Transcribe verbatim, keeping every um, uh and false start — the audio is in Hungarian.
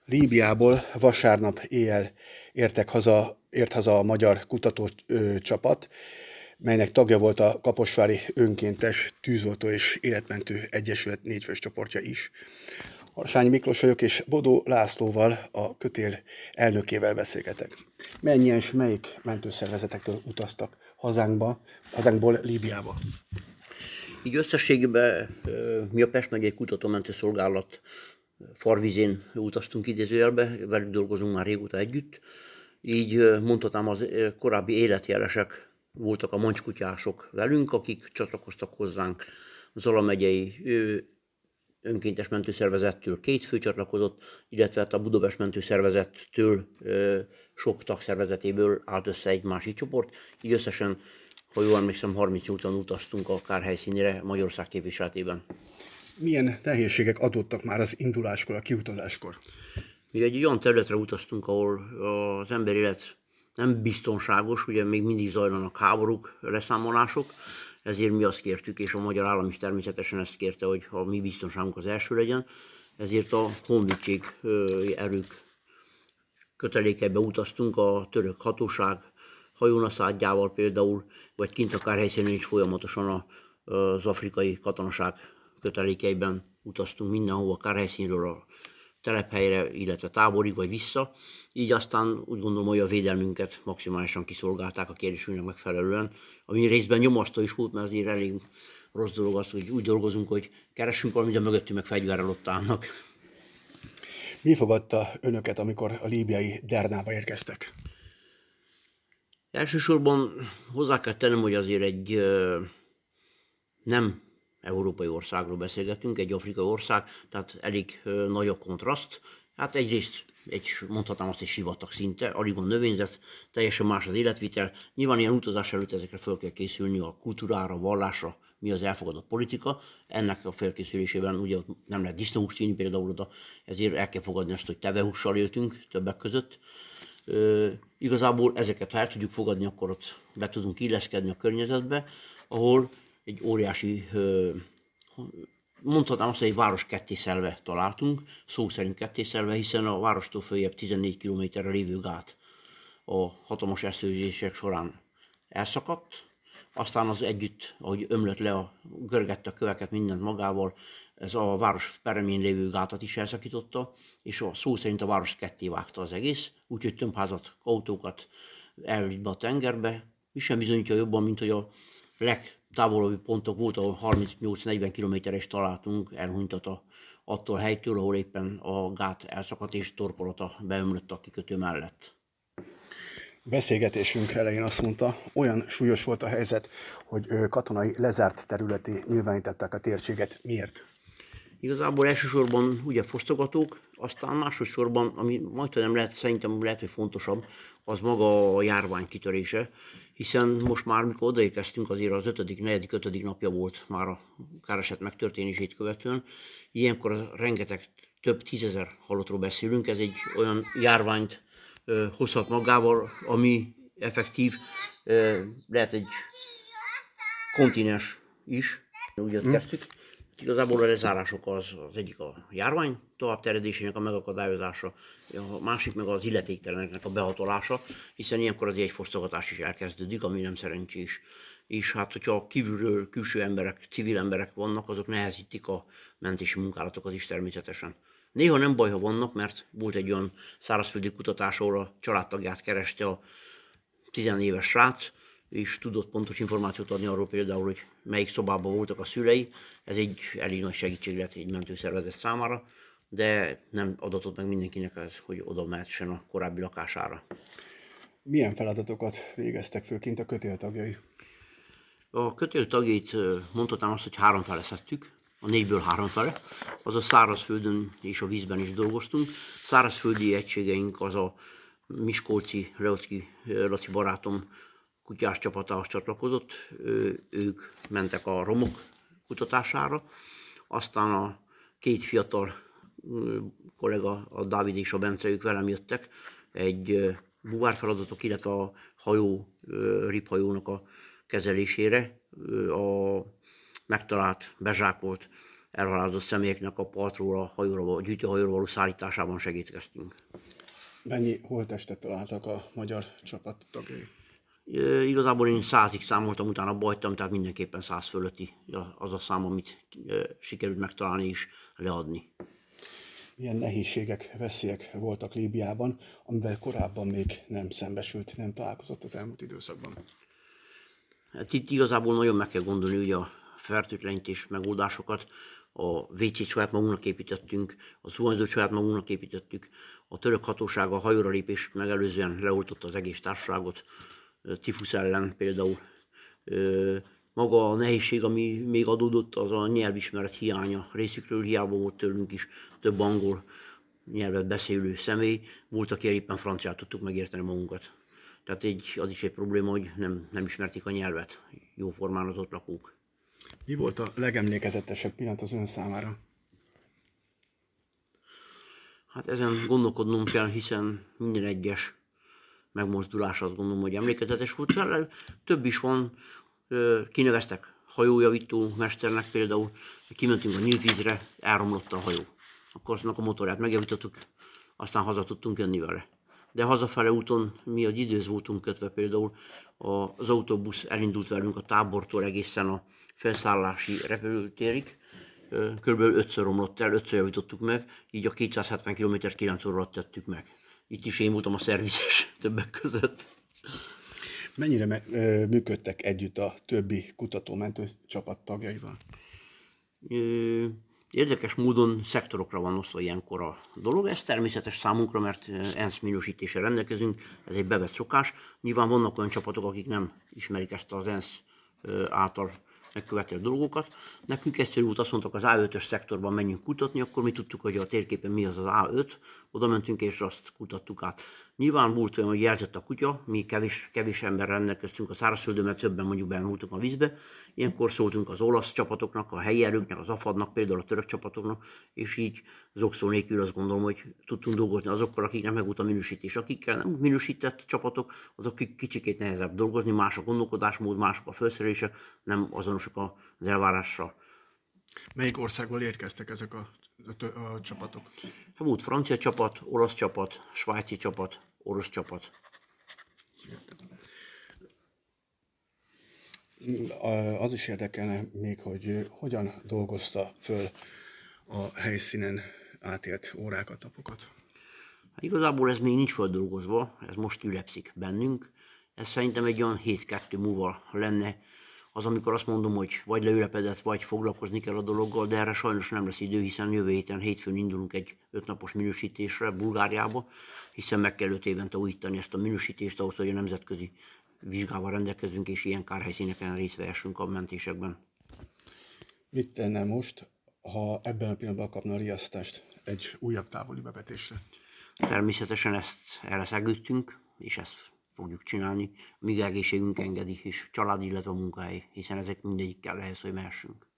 Líbiából vasárnap éjjel értek haza, ért haza a magyar kutatócsapat, melynek tagja volt a Kaposvári Önkéntes Tűzoltó és Életmentő Egyesület négyfős csoportja is. Harsányi Miklós vagyok, és Bodó Lászlóval, a kötél elnökével beszélgetek. Mennyien és melyik mentőszervezetektől utaztak hazánkba, hazánkból Líbiába? Így összességében mi a Pest megyei kutatómentő szolgálat farvizén utaztunk idézőjelbe, velük dolgozunk már régóta együtt. Így mondhatnám, az korábbi életjelesek voltak a mancskutyások velünk, akik csatlakoztak hozzánk. Zala megyei önkéntes mentőszervezettől két fő csatlakozott, illetve a Budapest mentőszervezettől sok tagszervezetéből állt össze egy másik csoport. Így összesen, ha jól emlékszem, harmincnyolcan utaztunk a kárhelyszínére Magyarország képviseletében. Milyen nehézségek adottak már az induláskor, a kiutazáskor? Mi egy olyan területre utaztunk, ahol az emberélet nem biztonságos, ugye még mindig zajlanak háborúk, leszámolások, ezért mi azt kértük, és a magyar állam is természetesen ezt kérte, hogy a mi biztonságunk az első legyen, ezért a honvédség erők kötelékeibe utaztunk, a török hatóság hajónaszádjával például, vagy kint a kárhelyszínen is folyamatosan az afrikai katonaság kötelékeiben utaztunk mindenhova, a kárhelyszínről a telephelyre, illetve táborig, vagy vissza. Így aztán úgy gondolom, hogy a védelmünket maximálisan kiszolgálták a kérésünknek megfelelően, ami részben nyomasztó is volt, mert azért elég rossz dolog az, hogy úgy dolgozunk, hogy keressünk valamit, de mögöttünk meg fegyverrel ott állnak. Mi fogadta önöket, amikor a líbiai Dernába érkeztek? Elsősorban hozzá kell tennem, hogy azért egy nem európai országról beszélgetünk, egy afrikai ország, tehát elég nagy a kontraszt. Hát egyrészt egy, mondhatnám azt, egy sivatag szinte, alig van növényzet, teljesen más az életvitel. Nyilván ilyen utazás előtt ezekre fel kell készülni, a kultúrára, vallásra, mi az elfogadott politika. Ennek a felkészülésében ugye ott nem lehet disznóhúst vinni például oda, ezért el kell fogadni azt, hogy tevehússal éltünk többek között. Ö, igazából ezeket, ha el tudjuk fogadni, akkor ott be tudunk illeszkedni a környezetbe, ahol egy óriási, mondhatnám azt, hogy egy város kettészelve találtunk, szó szerint kettészelve, hiszen a várostól följebb tizennégy kilométerre lévő gát a hatalmas esőzések során elszakadt, aztán az együtt, ahogy ömlött le, a, görgette a köveket, mindent magával, ez a város peremén lévő gátat is elszakította, és a szó szerint a város ketté vágta az egész, úgyhogy tömbházat, autókat elvitt be a tengerbe, mi sem bizonyítja jobban, mint hogy a legtávolabbi pontok volt, ahol harmincnyolc-negyven kilométerre is találtunk, elhunytat a, attól a helytől, ahol éppen a gát elszakadt és torkolata beömlött a kikötő mellett. Beszélgetésünk elején azt mondta, olyan súlyos volt a helyzet, hogy katonai lezárt területi nyilvánították a térséget. Miért? Igazából elsősorban ugye fosztogatók, aztán másodszorban, ami majdnem lehet, szerintem lehet, hogy fontosabb, az maga a járvány kitörése, hiszen most már, mikor odaérkeztünk, azért az ötödik, negyedik, ötödik napja volt már a káreset megtörténését követően. Ilyenkor rengeteg, több tízezer halottról beszélünk, ez egy olyan járványt ö, hozhat magával, ami effektív, ö, lehet egy kontinens is, úgy ott kezdtük. Igazából a lezárások az, az egyik a járvány továbbterjedésének a megakadályozása, a másik meg az illetékteleneknek a behatolása, hiszen ilyenkor azért egy fosztogatás is elkezdődik, ami nem szerencsés. És hát, hogyha kívülről külső emberek, civil emberek vannak, azok nehezítik a mentési munkálatokat is természetesen. Néha nem baj, ha vannak, mert volt egy olyan szárazföldi kutatás, ahol a családtagját kereste a tizenéves srác, és tudott pontos információt adni arról például, hogy melyik szobában voltak a szülei. Ez egy elég nagy segítség lett egy mentőszervezet számára, de nem adatott meg mindenkinek ez, hogy oda mehessen a korábbi lakására. Milyen feladatokat végeztek főként a kötél tagjai? A kötél tagjait mondhatnám azt, hogy háromfele szedtük, a négyből háromfele, azaz szárazföldön és a vízben is dolgoztunk. Szárazföldi egységeink az a miskolci Leocki Laci barátom kutyás csapatához csatlakozott, ők mentek a romok kutatására, aztán a két fiatal kollega, a Dávid és a Bence, ők velem jöttek egy buvárfeladatok, illetve a hajó, riphajónak a kezelésére, a megtalált, bezsákolt elhalálozott személyeknek a partról, a hajóra, a gyűjtőhajóra való szállításában segítkeztünk. Mennyi holttestet találtak a magyar csapat tagjai? E, igazából én százig számoltam, utána bajtam, tehát mindenképpen száz fölötti az a szám, amit e, sikerült megtalálni és leadni. Milyen nehézségek, veszélyek voltak Líbiában, amivel korábban még nem szembesült, nem találkozott az elmúlt időszakban? Hát itt igazából nagyon meg kell gondolni ugye a fertőtlenítés megoldásokat. A vé cét saját magunknak építettünk, a zuhanyzót saját magunknak építettük, a török hatóság a hajóra lépés megelőzően leoltotta az egész társaságot, tifusz ellen például. Maga a nehézség, ami még adódott, az a nyelvismeret hiánya részükről, hiába volt tőlünk is több angol nyelvet beszélő személy, volt, aki éppen franciát tudtuk megérteni magunkat. Tehát egy, az is egy probléma, hogy nem, nem ismerték a nyelvet jóformán az ott lakók. Mi volt a legemlékezetesebb pillanat az ön számára? Hát ezen gondolkodnom kell, hiszen minden egyes megmozdulás azt gondolom, hogy emlékezetes volt. Több is van, kineveztek hajójavító mesternek például, kimentünk a nyílt vízre, elromlott a hajó. Akkor aztnak a motorját megjavítottuk, aztán haza tudtunk jönni vele. De hazafele úton mi egy időhöz voltunk kötve például, az autóbusz elindult velünk a tábortól egészen a felszállási repülőtérig, körülbelül ötször romlott el, ötször javítottuk meg, így a kétszázhetven kilométert kilenc óra alatt tettük meg. Itt is én voltam a szervizes többek között. Mennyire me- ö, működtek együtt a többi kutatómentő csapat tagjaival? Ö, Érdekes módon szektorokra van osztva ilyenkor a dolog. Ez természetes számunkra, mert ENSZ minősítéssel rendelkezünk, ez egy bevett szokás. Nyilván vannak olyan csapatok, akik nem ismerik ezt az ENSZ által megkövetelt dolgokat. Nekünk egyszerű volt, azt mondtak, az á ötös szektorban menjünk kutatni, akkor mi tudtuk, hogy a térképen mi az az á öt, oda mentünk és azt kutattuk át. Nyilván volt olyan, hogy jelzett a kutya, mi kevés, kevés ember rendelkeztünk a szárazföldön, mert többen mondjuk bevonultunk a vízbe. Ilyenkor szóltunk az olasz csapatoknak, a helyi erőknek, az afadnak, például a török csapatoknak, és így zokszó nélkül azt gondolom, hogy tudtunk dolgozni azokkal, akiknek meg volt a minősítés. Akikkel nem minősített csapatok, azok kicsikét nehezebb dolgozni, más a gondolkodásmód, mások a felszerelések, nem azonosak az elvárással. Melyik országból érkeztek ezek a, a, a csapatok? Hát volt francia csapat, olasz csapat, svájci csapat, orosz csapat. Az is érdekelne még, hogy hogyan dolgozta föl a helyszínen átélt órákat, napokat. Hát igazából ez még nincs földolgozva, ez most ülepszik bennünk. Ez szerintem egy olyan hét-kettő múlva lenne az, amikor azt mondom, hogy vagy leülepedett, vagy foglalkozni kell a dologgal, de erre sajnos nem lesz idő, hiszen jövő héten hétfőn indulunk egy ötnapos minősítésre Bulgáriába, hiszen meg kell öt évente újítani ezt a minősítést ahhoz, hogy a nemzetközi vizsgával rendelkezünk, és ilyen kárhelyszíneken részt vehessünk a mentésekben. Mit tenne most, ha ebben a pillanatban kapna a riasztást egy újabb távoli bevetésre? Természetesen ezt erre szegődtünk, és ezt fogjuk csinálni, míg egészségünk engedi, és család, illetve a munkahely, hiszen ezek mindegyikkel ehhez, hogy mehessünk.